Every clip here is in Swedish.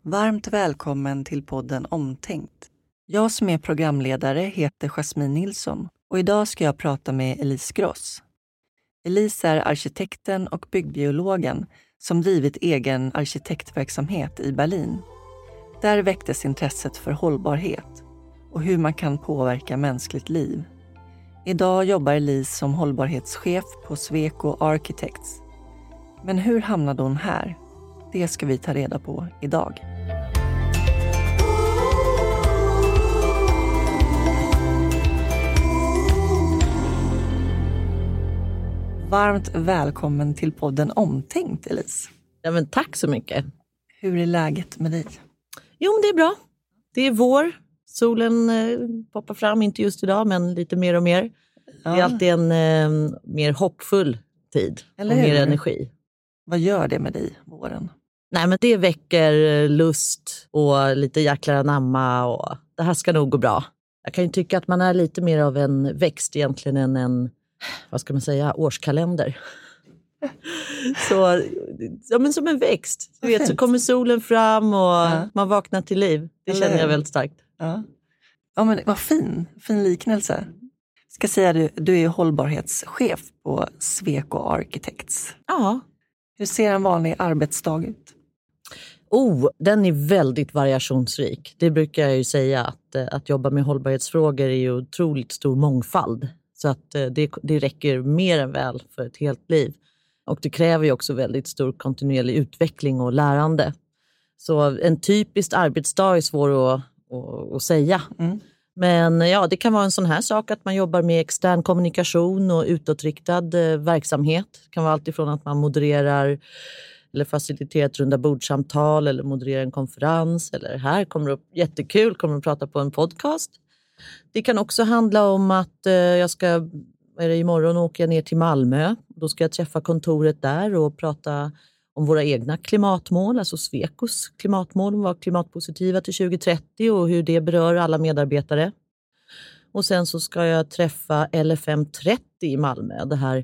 Varmt välkommen till podden Omtänkt. Jag som är programledare heter Jasmine Nilsson och idag ska jag prata med Elise Gross. Elise är arkitekten och byggbiologen som drivit egen arkitektverksamhet i Berlin. Där väcktes intresset för hållbarhet och hur man kan påverka mänskligt liv. Idag jobbar Elise som hållbarhetschef på Sweco Architects. Men hur hamnade hon här? Det ska vi ta reda på idag. Varmt välkommen till podden Omtänkt, Elise. Ja, men tack så mycket. Hur är läget med dig? Jo, men det är bra. Det är vår. Solen poppar fram, inte just idag, men lite mer och mer. Ja. Det är alltid en mer hoppfull tid. Eller och mer energi. Vad gör det med dig, våren? Nej, men det väcker lust och lite jäklar anamma och det här ska nog gå bra. Jag kan ju tycka att man är lite mer av en växt egentligen än en, vad ska man säga, årskalender. Så, ja, men som en växt. Du vet, så kommer solen fram och man vaknar till liv. Det känner jag väldigt starkt. Ja, men vad fin liknelse. Ska säga du är hållbarhetschef på Sweco Architects. Ja. Hur ser en vanlig arbetsdag ut? Den är väldigt variationsrik. Det brukar jag ju säga att jobba med hållbarhetsfrågor är ju otroligt stor mångfald. Så att det räcker mer än väl för ett helt liv. Och det kräver ju också väldigt stor kontinuerlig utveckling och lärande. Så en typisk arbetsdag är svår att säga. Mm. Men ja, det kan vara en sån här sak att man jobbar med extern kommunikation och utåtriktad verksamhet. Det kan vara allt ifrån att man modererar eller faciliterar ett runda bordsamtal eller modererar en konferens. Eller här kommer upp jättekul, kommer att prata på en podcast. Det kan också handla om att imorgon åker jag ner till Malmö. Då ska jag träffa kontoret där och prata om våra egna klimatmål, alltså Swecos klimatmål, vara klimatpositiva till 2030 och hur det berör alla medarbetare. Och sen så ska jag träffa LFM30 i Malmö, det här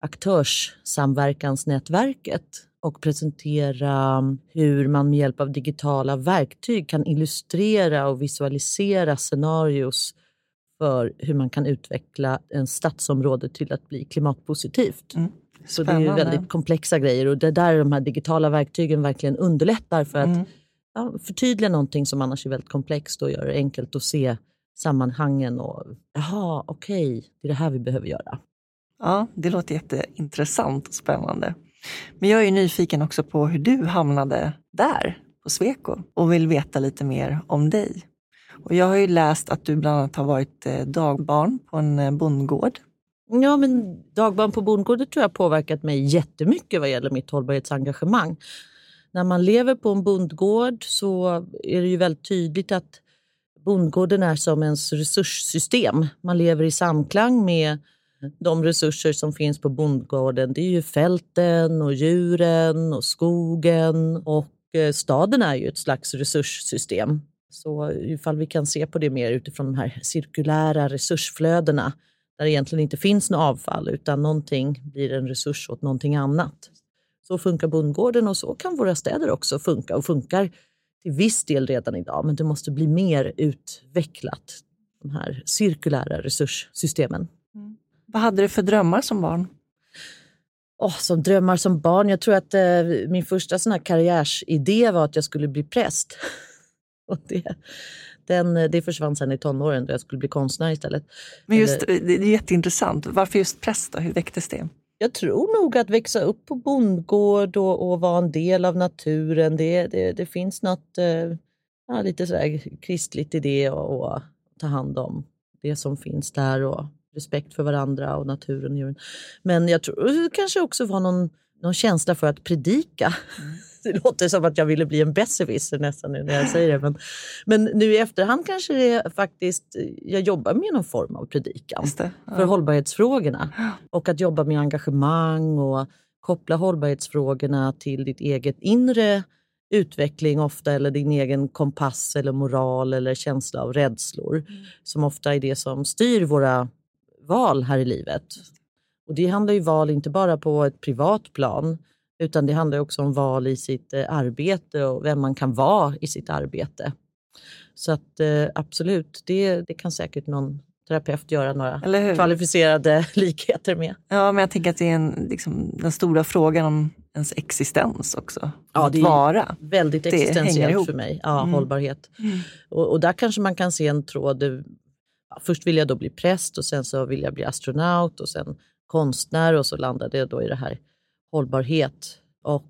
aktörssamverkansnätverket, och presentera hur man med hjälp av digitala verktyg kan illustrera och visualisera scenarios för hur man kan utveckla en stadsområde till att bli klimatpositivt. Mm. Så det är ju väldigt komplexa grejer och det är där de här digitala verktygen verkligen underlättar för att förtydliga någonting som annars är väldigt komplext och gör det enkelt att se sammanhangen och okej, det är det här vi behöver göra. Ja, det låter jätteintressant och spännande. Men jag är ju nyfiken också på hur du hamnade där på Sweco och vill veta lite mer om dig. Och jag har ju läst att du bland annat har varit dagbarn på en bondgård. Ja, men dagbarn på bondgården tror jag har påverkat mig jättemycket vad gäller mitt hållbarhetsengagemang. När man lever på en bondgård så är det ju väldigt tydligt att bondgården är som ens resurssystem. Man lever i samklang med de resurser som finns på bondgården. Det är ju fälten och djuren och skogen och staden är ju ett slags resurssystem. Så ifall vi kan se på det mer utifrån de här cirkulära resursflödena där det egentligen inte finns något avfall utan någonting blir en resurs åt någonting annat. Så funkar bondgården och så kan våra städer också funka och funkar till viss del redan idag. Men det måste bli mer utvecklat, de här cirkulära resurssystemen. Mm. Vad hade du för drömmar som barn? Som drömmar som barn? Jag tror att min första sån här karriärsidé var att jag skulle bli präst. Och det försvann sen i tonåren då jag skulle bli konstnär istället. Men just, det är jätteintressant. Varför just präst då? Hur väcktes det? Jag tror nog att växa upp på bondgård och vara en del av naturen. Det finns något lite sådär kristligt i det och ta hand om det som finns där och respekt för varandra och naturen och djuren. Men jag tror det kanske också var någon känsla för att predika. Det låter som att jag ville bli en besserwisser nästan nu när jag säger det. Men nu i efterhand kanske det faktiskt, jag jobbar med någon form av predikan för hållbarhetsfrågorna. Och att jobba med engagemang och koppla hållbarhetsfrågorna till ditt eget inre utveckling ofta, eller din egen kompass eller moral eller känsla av rädslor. Som ofta är det som styr våra val här i livet. Och det handlar ju val inte bara på ett privat plan Utan det handlar också om val i sitt arbete och vem man kan vara i sitt arbete. Så att absolut, det kan säkert någon terapeut göra några kvalificerade likheter med. Ja, men jag tänker att det är liksom den stora frågan om ens existens också. Ja, det är vara. Väldigt existentiellt för mig. Ja, hållbarhet. Och där kanske man kan se en tråd. Först vill jag då bli präst och sen så vill jag bli astronaut och sen konstnär och så landade jag då i det här hållbarhet. Och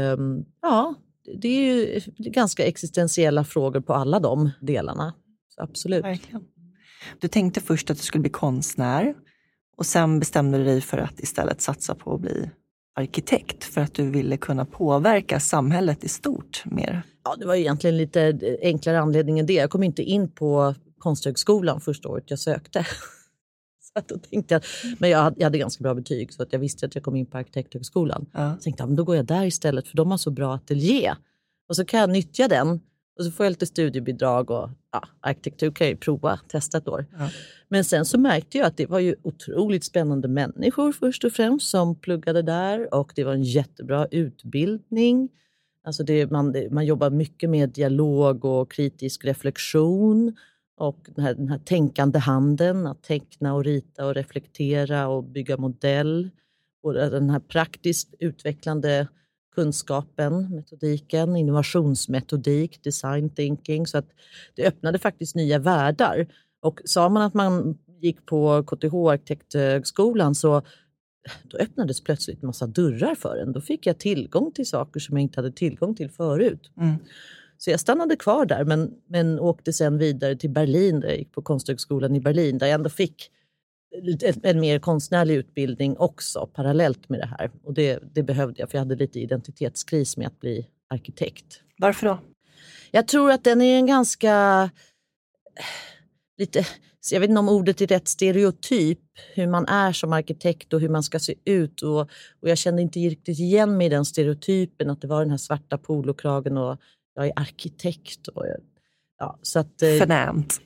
det är ju ganska existentiella frågor på alla de delarna. Så absolut. Verkligen. Du tänkte först att du skulle bli konstnär och sen bestämde du dig för att istället satsa på att bli arkitekt för att du ville kunna påverka samhället i stort mer. Ja, det var egentligen lite enklare anledning än det. Jag kom inte in på Konsthögskolan första året jag sökte. Så då tänkte men jag hade ganska bra betyg så att jag visste att jag kom in på Arkitekthögskolan. Så tänkte jag, men då går jag där istället för de har så bra ateljé. Och så kan jag nyttja den. Och så får jag lite studiebidrag och arkitektur kan jag ju prova, testa ett år. Ja. Men sen så märkte jag att det var ju otroligt spännande människor först och främst som pluggade där. Och det var en jättebra utbildning. Alltså man jobbar mycket med dialog och kritisk reflektion. Och den här tänkande handen, att teckna och rita och reflektera och bygga modell. Och den här praktiskt utvecklande kunskapen, metodiken, innovationsmetodik, design thinking. Så att det öppnade faktiskt nya världar. Och sa man att man gick på KTH Arkitekthögskolan så då öppnades plötsligt en massa dörrar för en. Då fick jag tillgång till saker som jag inte hade tillgång till förut. Så jag stannade kvar där men åkte sen vidare till Berlin där jag gick på Konsthögskolan i Berlin där jag ändå fick en mer konstnärlig utbildning också parallellt med det här. Och det behövde jag för jag hade lite identitetskris med att bli arkitekt. Varför då? Jag tror att den är en ganska jag vet inte om ordet är rätt stereotyp hur man är som arkitekt och hur man ska se ut och jag kände inte riktigt igen mig i den stereotypen att det var den här svarta polokragen och jag är arkitekt och så att förnämt.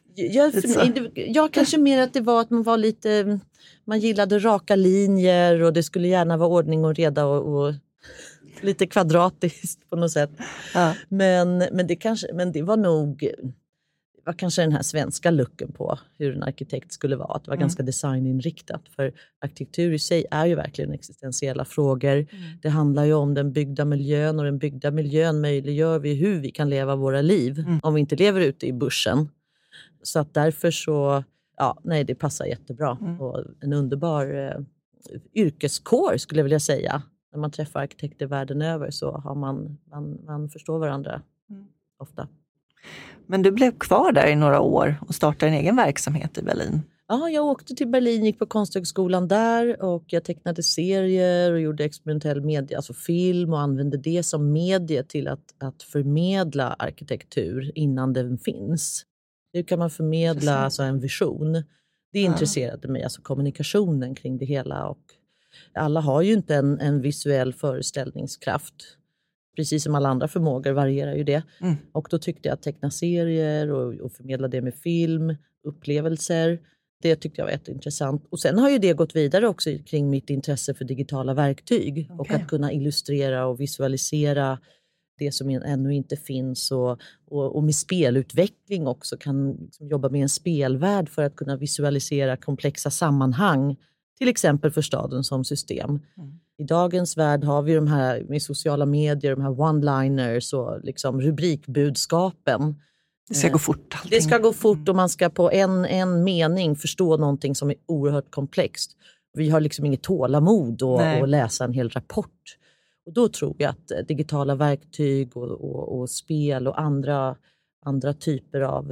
Jag kanske mer att det var att man var lite, man gillade raka linjer och det skulle gärna vara ordning och reda och lite kvadratiskt på något sätt. Ja. Men det var nog kanske den här svenska looken på hur en arkitekt skulle vara. Att det var ganska designinriktat. För arkitektur i sig är ju verkligen existentiella frågor. Det handlar ju om den byggda miljön och den byggda miljön möjliggör vi hur vi kan leva våra liv. Om vi inte lever ute i börsen. Så att därför så, det passar jättebra. Och en underbar yrkeskår skulle jag vilja säga. När man träffar arkitekter världen över så har man förstår varandra ofta. Men du blev kvar där i några år och startade en egen verksamhet i Berlin. Ja, jag åkte till Berlin, gick på Konsthögskolan där och jag tecknade serier och gjorde experimentell media, alltså film och använde det som medie till att förmedla arkitektur innan den finns. Hur kan man förmedla alltså en vision? Det intresserade mig, alltså kommunikationen kring det hela och alla har ju inte en visuell föreställningskraft. Precis som alla andra förmågor varierar ju det. Och då tyckte jag att teckna serier och förmedla det med film, upplevelser. Det tyckte jag var jätteintressant. Och sen har ju det gått vidare också kring mitt intresse för digitala verktyg. Okay. Och att kunna illustrera och visualisera det som ännu inte finns. Och med spelutveckling också kan liksom jobba med en spelvärld för att kunna visualisera komplexa sammanhang. Till exempel för staden som system. I dagens värld har vi de här med sociala medier, de här one-liners och liksom rubrikbudskapen. Det ska gå fort. Allting. Det ska gå fort och man ska på en mening förstå någonting som är oerhört komplext. Vi har liksom inget tålamod att läsa en hel rapport. Och då tror jag att digitala verktyg och spel och andra typer av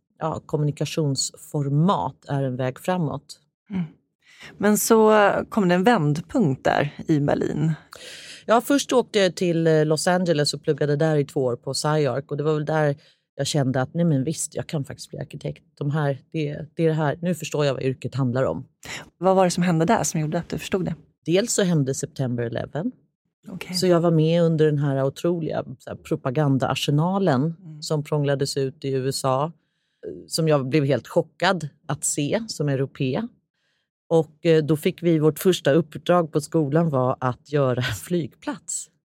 kommunikationsformat är en väg framåt. Men så kom det en vändpunkt där i Berlin. Ja, först åkte jag till Los Angeles och pluggade där i 2 år på SciArc. Och det var väl där jag kände att nej men visst, jag kan faktiskt bli arkitekt. Det är det här, nu förstår jag vad yrket handlar om. Vad var det som hände där som gjorde att du förstod det? Dels så hände September 11. Okay. Så jag var med under den här otroliga propagandaarsenalen som prånglades ut i USA. Som jag blev helt chockad att se som europé. Och då fick vi vårt första uppdrag på skolan var att göra en flygplats.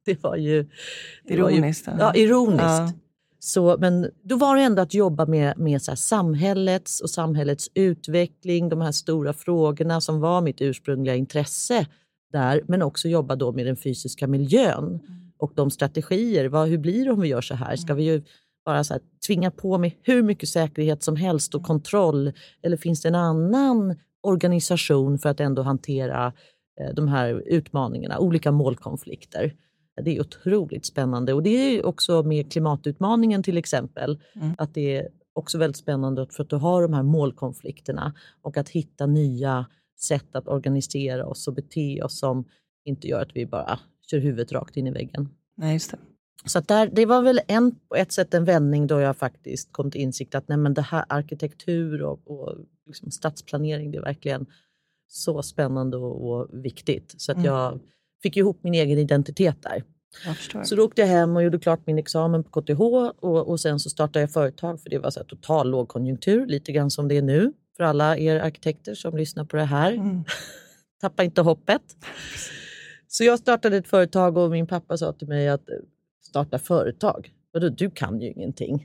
Det var ju... Ironiskt. Ja, ironiskt. Ja. Så, men då var det ändå att jobba med så här samhällets utveckling, de här stora frågorna som var mitt ursprungliga intresse där. Men också jobba då med den fysiska miljön och de strategier. Hur blir det om vi gör så här? Ska vi ju bara så här, tvinga på med hur mycket säkerhet som helst och kontroll? Eller finns det en annan organisation för att ändå hantera de här utmaningarna, olika målkonflikter? Det är otroligt spännande, och det är också med klimatutmaningen till exempel, att det är också väldigt spännande för att du har de här målkonflikterna och att hitta nya sätt att organisera oss och bete oss som inte gör att vi bara kör huvudet rakt in i väggen. Nej, just det. Så att det var väl på ett sätt en vändning då jag faktiskt kom till insikt att nej, men det här arkitektur och liksom stadsplanering, det är verkligen så spännande och viktigt. Så att jag fick ihop min egen identitet där. Jag förstår. Så då åkte jag hem och gjorde klart min examen på KTH och sen så startade jag företag, för det var så här total lågkonjunktur, lite grann som det är nu för alla er arkitekter som lyssnar på det här. Tappa inte hoppet. Så jag startade ett företag och min pappa sa till mig att starta företag. Du kan ju ingenting.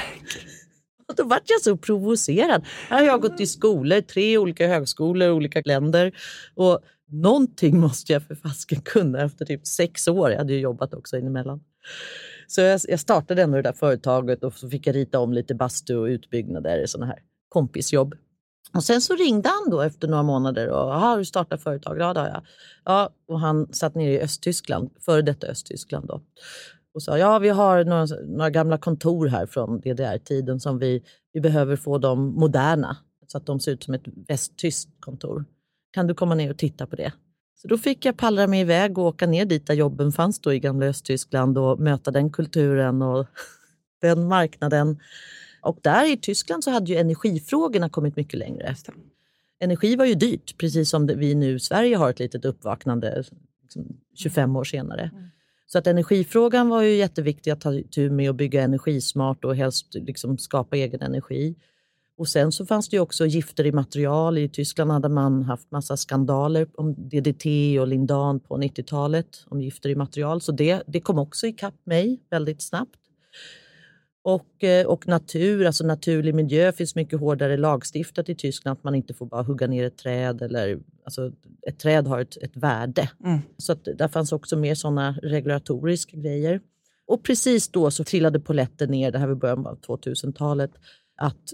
Och då var jag så provocerad. Här har jag gått i skolor, 3 olika högskolor, olika länder. Och någonting måste jag för fasken kunna efter typ 6 år. Jag hade ju jobbat också inemellan. Så jag startade ändå det där företaget och så fick jag rita om lite bastu och utbyggnader, sådana här kompisjobb. Och sen så ringde han då efter några månader och har du startat företag? Ja, det har jag. Ja, och han satt nere i Östtyskland, före detta Östtyskland då. Och sa, ja, vi har några gamla kontor här från DDR-tiden som vi behöver få dem moderna. Så att de ser ut som ett västtyskt kontor. Kan du komma ner och titta på det? Så då fick jag pallra mig iväg och åka ner dit där jobben fanns då i gamla Östtyskland och möta den kulturen och den marknaden. Och där i Tyskland så hade ju energifrågorna kommit mycket längre. Energi var ju dyrt, precis som vi nu i Sverige har ett litet uppvaknande 25 år senare. Så att energifrågan var ju jätteviktig att ta tur med och bygga energismart och helst liksom skapa egen energi. Och sen så fanns det ju också gifter i material. I Tyskland hade man haft massa skandaler om DDT och lindan på 90-talet om gifter i material. Så det kom också ikapp mig väldigt snabbt. Och natur, alltså naturlig miljö, finns mycket hårdare lagstiftat i Tyskland att man inte får bara hugga ner ett träd eller alltså ett träd har ett värde. Så att där fanns också mer sådana regulatoriska grejer. Och precis då så trillade polletten ner, det här var början av 2000-talet, att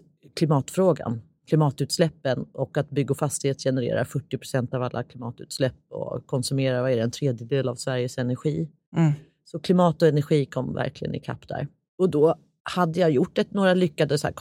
klimatutsläppen och att bygg och fastighet genererar 40% av alla klimatutsläpp och konsumerar en tredjedel av Sveriges energi. Så klimat och energi kom verkligen ikapp där. Och då hade jag gjort några lyckade så här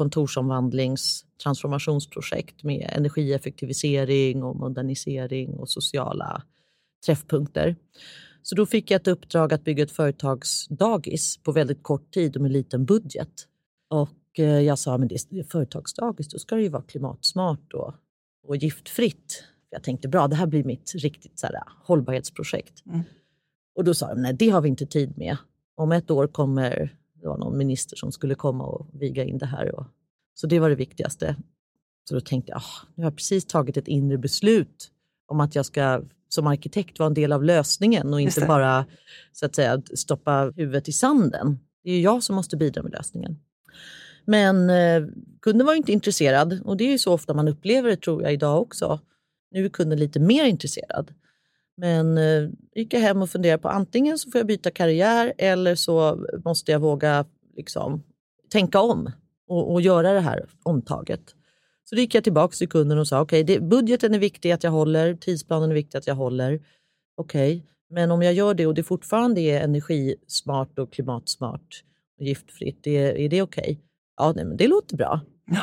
kontorsomvandlings-transformationsprojekt med energieffektivisering och modernisering och sociala träffpunkter. Så då fick jag ett uppdrag att bygga ett företagsdagis på väldigt kort tid och med liten budget. Och jag sa, men det är företagsdagis, då ska det ju vara klimatsmart och giftfritt. Jag tänkte, bra, det här blir mitt riktigt så här, hållbarhetsprojekt. Och då sa de, nej, det har vi inte tid med. Om 1 år kommer... Det var någon minister som skulle komma och viga in det här. Så det var det viktigaste. Så då tänkte jag, nu har jag precis tagit ett inre beslut om att jag ska som arkitekt vara en del av lösningen och inte bara så att säga stoppa huvudet i sanden. Det är ju jag som måste bidra med lösningen. Men kunden var inte intresserad, och det är ju så ofta man upplever det, tror jag, idag också. Nu är kunden lite mer intresserad. Men gick jag hem och funderade på antingen så får jag byta karriär eller så måste jag våga liksom tänka om och göra det här omtaget. Så då gick jag tillbaka till kunden och sa okej, budgeten är viktig att jag håller, tidsplanen är viktig att jag håller. Okej, men om jag gör det och det fortfarande är energismart och klimatsmart och giftfritt, är det okej? Ja, nej, men det låter bra.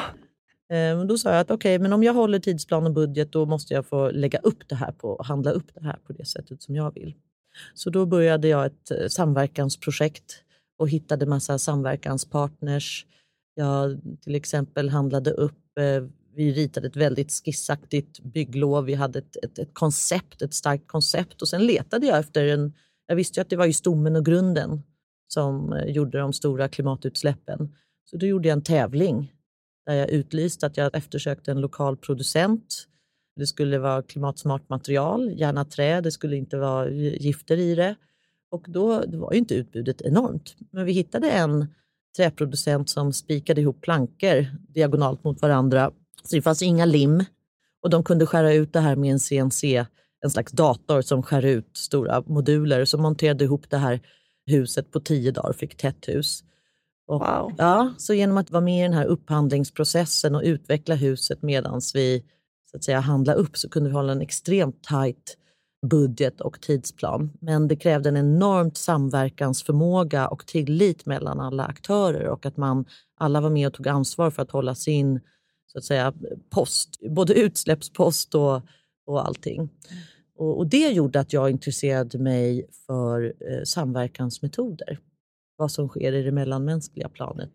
Då sa jag att okej, men om jag håller tidsplan och budget, då måste jag få lägga upp det här handla upp det här på det sättet som jag vill. Så då började jag ett samverkansprojekt och hittade massa samverkanspartners. Jag till exempel handlade upp, vi ritade ett väldigt skissaktigt bygglov. Vi hade ett koncept, ett starkt koncept, och sen letade jag efter jag visste ju att det var ju stommen och grunden som gjorde de stora klimatutsläppen. Så då gjorde jag en tävling där jag utlyste att jag eftersökte en lokal producent. Det skulle vara klimatsmart material, gärna trä, det skulle inte vara gifter i det. Och då var ju inte utbudet enormt. Men vi hittade en träproducent som spikade ihop plankor diagonalt mot varandra. Så det fanns inga lim. Och de kunde skära ut det här med en CNC, en slags dator som skär ut stora moduler. Så monterade ihop det här huset på 10 dagar och fick tätt hus. Och, wow. Ja, så genom att vara med i den här upphandlingsprocessen och utveckla huset medan vi så att säga handla upp, så kunde vi hålla en extremt tajt budget och tidsplan. Men det krävde en enormt samverkansförmåga och tillit mellan alla aktörer, och att alla var med och tog ansvar för att hålla sin så att säga post, både utsläppspost och allting. Och det gjorde att jag intresserade mig för samverkansmetoder. Vad som sker i det mellanmänskliga planet.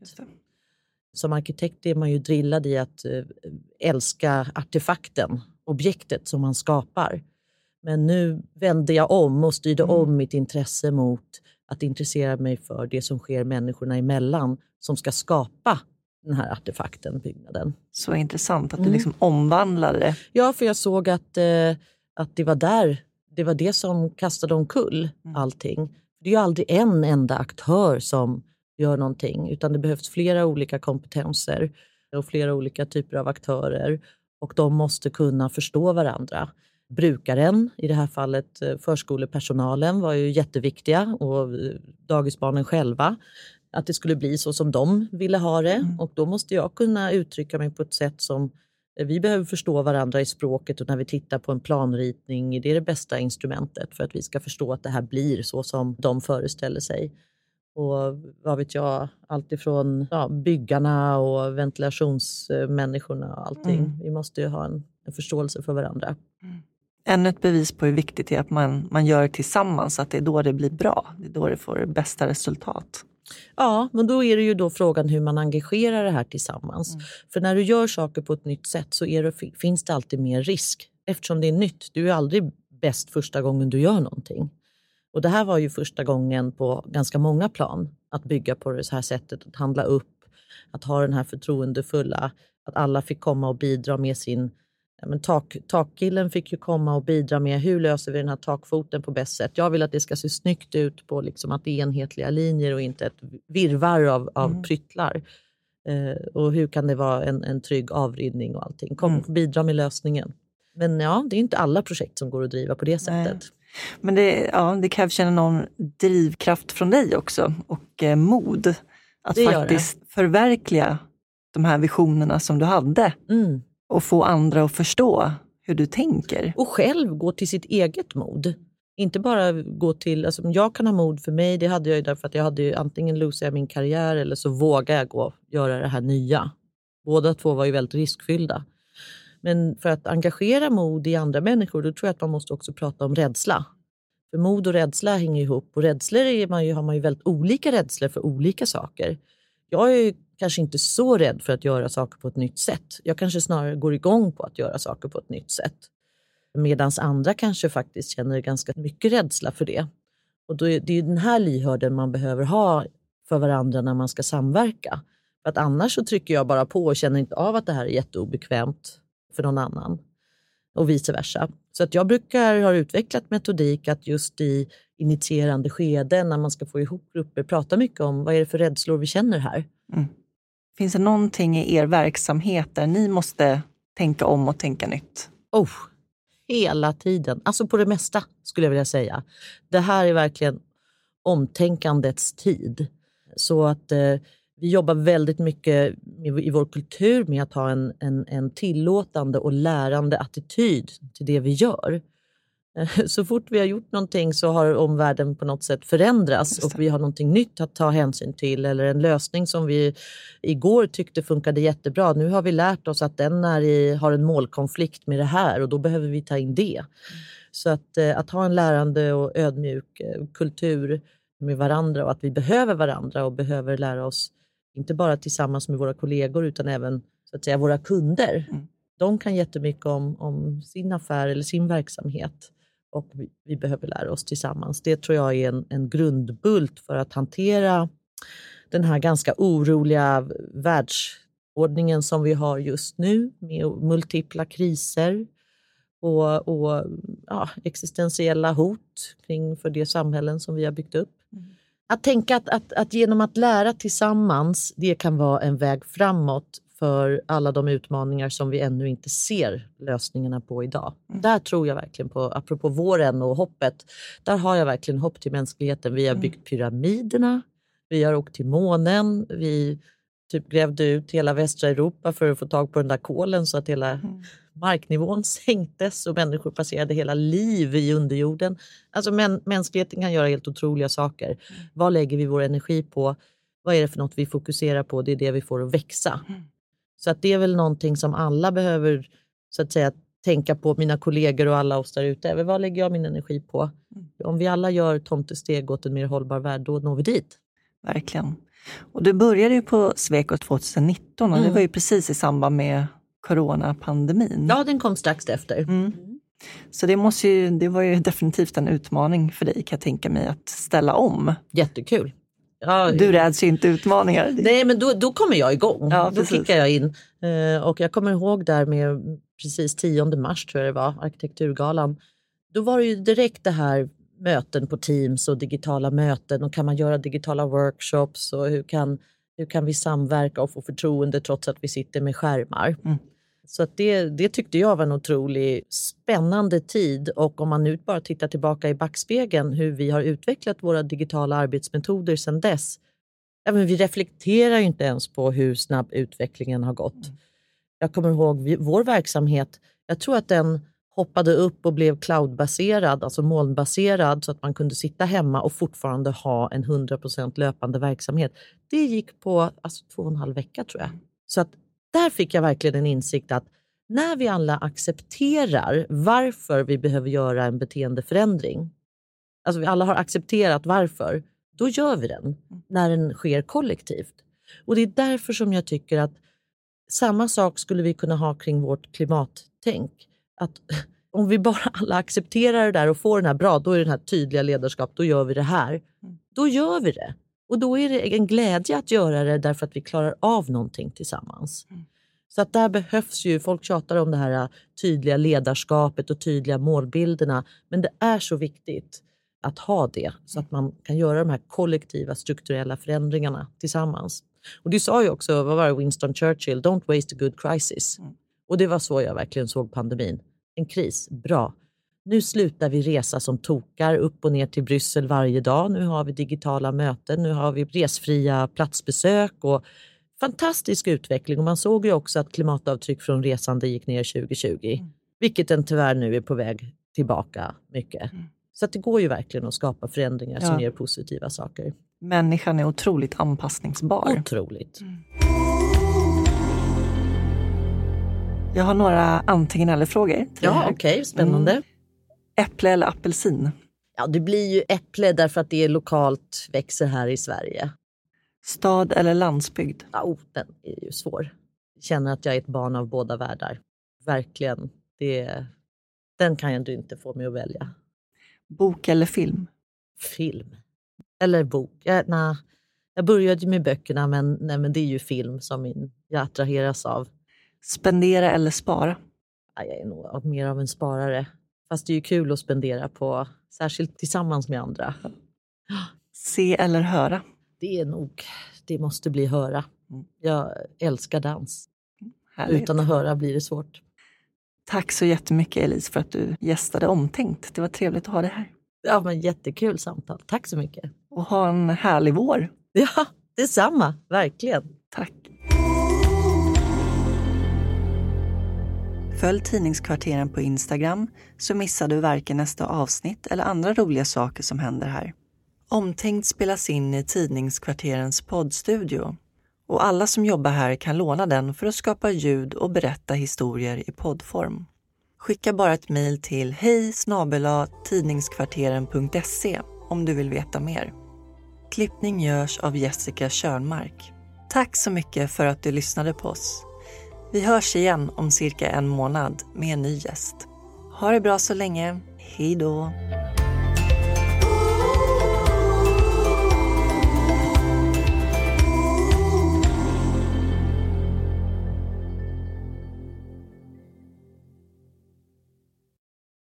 Som arkitekt är man ju drillad i att älska artefakten, objektet som man skapar. Men nu vände jag om och styrde om mitt intresse mot att intressera mig för det som sker människorna emellan, som ska skapa den här artefakten, byggnaden. Så intressant att du liksom omvandlade det. Ja, för jag såg att det var det som kastade omkull allting. Det är ju aldrig en enda aktör som gör någonting, utan det behövs flera olika kompetenser och flera olika typer av aktörer, och de måste kunna förstå varandra. Brukaren, i det här fallet förskolepersonalen, var ju jätteviktiga, och dagisbarnen själva, att det skulle bli så som de ville ha det. Och då måste jag kunna uttrycka mig på ett sätt som vi behöver förstå varandra i språket, och när vi tittar på en planritning, det är det bästa instrumentet för att vi ska förstå att det här blir så som de föreställer sig. Och vad vet jag, allt ifrån byggarna och ventilationsmänniskorna och allting. Vi måste ju ha en förståelse för varandra. Ännu ett bevis på hur viktigt det är att man gör det tillsammans, att det är då det blir bra. Det är då det får bästa resultat. Ja, men då är det ju då frågan hur man engagerar det här tillsammans. För när du gör saker på ett nytt sätt så finns det alltid mer risk. Eftersom det är nytt, du är aldrig bäst första gången du gör någonting. Och det här var ju första gången på ganska många plan att bygga på det här sättet, att handla upp, att ha den här förtroendefulla, att alla fick komma och bidra med sin... takkillen fick ju komma och bidra med hur löser vi den här takfoten på bäst sätt. Jag vill att det ska se snyggt ut på liksom att det är enhetliga linjer och inte ett virrvarr av pryttlar. Och hur kan det vara en trygg avridning och allting. Kom och bidra med lösningen. Men ja, det är inte alla projekt som går att driva på det sättet. Nej. Men det krävs en enorm drivkraft från dig också, och mod att faktiskt förverkliga de här visionerna som du hade. Och få andra att förstå hur du tänker. Och själv gå till sitt eget mod. Inte bara gå till... Alltså, jag kan ha mod för mig. Det hade jag ju därför att jag hade ju antingen losade jag min karriär, eller så vågar jag gå och göra det här nya. Båda två var ju väldigt riskfyllda. Men för att engagera mod i andra människor, då tror jag att man måste också prata om rädsla. För mod och rädsla hänger ihop. Och rädslor har man ju väldigt olika rädslor för olika saker. Jag är ju kanske inte så rädd för att göra saker på ett nytt sätt. Jag kanske snarare går igång på att göra saker på ett nytt sätt. Medan andra kanske faktiskt känner ganska mycket rädsla för det. Och då är det den här lyhörden man behöver ha för varandra när man ska samverka. För att annars så trycker jag bara på och känner inte av att det här är jätteobekvämt för någon annan. Och vice versa. Så att jag har utvecklat metodik att just i initierande skeden, när man ska få ihop grupper, prata mycket om vad är det för rädslor vi känner här. Finns det någonting i er verksamhet där ni måste tänka om och tänka nytt? Hela tiden. Alltså på det mesta skulle jag vilja säga. Det här är verkligen omtänkandets tid. Så att vi jobbar väldigt mycket i vår kultur med att ha en tillåtande och lärande attityd till det vi gör. Så fort vi har gjort någonting så har omvärlden på något sätt förändrats och vi har någonting nytt att ta hänsyn till, eller en lösning som vi igår tyckte funkade jättebra. Nu har vi lärt oss att den har en målkonflikt med det här, och då behöver vi ta in det. Så att ha en lärande och ödmjuk kultur med varandra, och att vi behöver varandra och behöver lära oss inte bara tillsammans med våra kollegor utan även så att säga våra kunder. De kan jättemycket om sin affär eller sin verksamhet. Och vi behöver lära oss tillsammans. Det tror jag är en grundbult för att hantera den här ganska oroliga världsordningen som vi har just nu. Med multipla kriser och existentiella hot för det samhällen som vi har byggt upp. Att tänka att genom att lära tillsammans, det kan vara en väg framåt för alla de utmaningar som vi ännu inte ser lösningarna på idag. Där tror jag verkligen på, apropå våren och hoppet, där har jag verkligen hopp till mänskligheten. Vi har byggt pyramiderna, vi har åkt till månen, vi grävde ut hela västra Europa för att få tag på den där kolen så att hela marknivån sänktes och människor passerade hela liv i underjorden. Alltså mänskligheten kan göra helt otroliga saker. Vad lägger vi vår energi på? Vad är det för något vi fokuserar på? Det är det vi får att växa. Så att det är väl någonting som alla behöver så att säga tänka på, mina kollegor och alla oss där ute. Vad lägger jag min energi på? Om vi alla gör tomtesteg åt en mer hållbar värld, då når vi dit. Verkligen. Och du började ju på Sweco 2019 och det var ju precis i samband med coronapandemin. Ja, den kom strax efter. Så det var ju definitivt en utmaning för dig, kan jag tänka mig, att ställa om. Jättekul. Ja, du räds ju inte utmaningar. Nej, men då kommer jag igång. Ja, då kickar jag in. Och jag kommer ihåg där med precis 10 mars tror jag det var, arkitekturgalan. Då var det ju direkt det här möten på Teams och digitala möten, och kan man göra digitala workshops och hur kan vi samverka och få förtroende trots att vi sitter med skärmar. Så att det tyckte jag var en otroligt spännande tid, och om man nu bara tittar tillbaka i backspegeln hur vi har utvecklat våra digitala arbetsmetoder sedan dess. Men vi reflekterar ju inte ens på hur snabb utvecklingen har gått. Jag kommer ihåg vår verksamhet, jag tror att den hoppade upp och blev cloudbaserad, alltså molnbaserad, så att man kunde sitta hemma och fortfarande ha en 100% löpande verksamhet. Det gick på 2,5 veckor tror jag. Så att där fick jag verkligen en insikt att när vi alla accepterar varför vi behöver göra en beteendeförändring, alltså vi alla har accepterat varför, då gör vi den när den sker kollektivt. Och det är därför som jag tycker att samma sak skulle vi kunna ha kring vårt klimattänk. Att om vi bara alla accepterar det där och får den här bra, då är det den här tydliga ledarskap, då gör vi det här. Då gör vi det. Och då är det en glädje att göra det därför att vi klarar av någonting tillsammans. Så att där behövs ju, folk tjatar om det här tydliga ledarskapet och tydliga målbilderna. Men det är så viktigt att ha det så att man kan göra de här kollektiva strukturella förändringarna tillsammans. Och det sa ju också, vad var det, Winston Churchill, don't waste a good crisis. Och det var så jag verkligen såg pandemin. En kris, bra. Nu slutar vi resa som tokar upp och ner till Bryssel varje dag. Nu har vi digitala möten, nu har vi resfria platsbesök och fantastisk utveckling. Och man såg ju också att klimatavtryck från resande gick ner 2020. Vilket den tyvärr nu är på väg tillbaka mycket. Så att det går ju verkligen att skapa förändringar som ger positiva saker. Människan är otroligt anpassningsbar. Otroligt. Jag har några antingen eller frågor. Ja, okej, spännande. Äpple eller apelsin? Ja, det blir ju äpple därför att det är lokalt, växer här i Sverige. Stad eller landsbygd? Ja, den är ju svår. Jag känner att jag är ett barn av båda världar. Verkligen. Den kan jag inte få mig att välja. Bok eller film? Film. Eller bok. Jag började med böckerna, men det är ju film som jag attraheras av. Spendera eller spara? Ja, jag är nog mer av en sparare. Fast det är ju kul att spendera på, särskilt tillsammans med andra. Se eller höra? Det måste bli höra. Jag älskar dans. Härligt. Utan att höra blir det svårt. Tack så jättemycket Elise för att du gästade Omtänkt. Det var trevligt att ha dig här. Ja, men jättekul samtal. Tack så mycket. Och ha en härlig vår. Ja, detsamma. Verkligen. Tack. Följ Tidningskvarteren på Instagram så missar du varken nästa avsnitt eller andra roliga saker som händer här. Omtänkt spelas in i Tidningskvarterens poddstudio och alla som jobbar här kan låna den för att skapa ljud och berätta historier i poddform. Skicka bara ett mejl till hej@tidningskvarteren.se om du vill veta mer. Klippning görs av Jessica Körnmark. Tack så mycket för att du lyssnade på oss. Vi hörs igen om cirka 1 månad med en ny gäst. Ha det bra så länge. Hej då!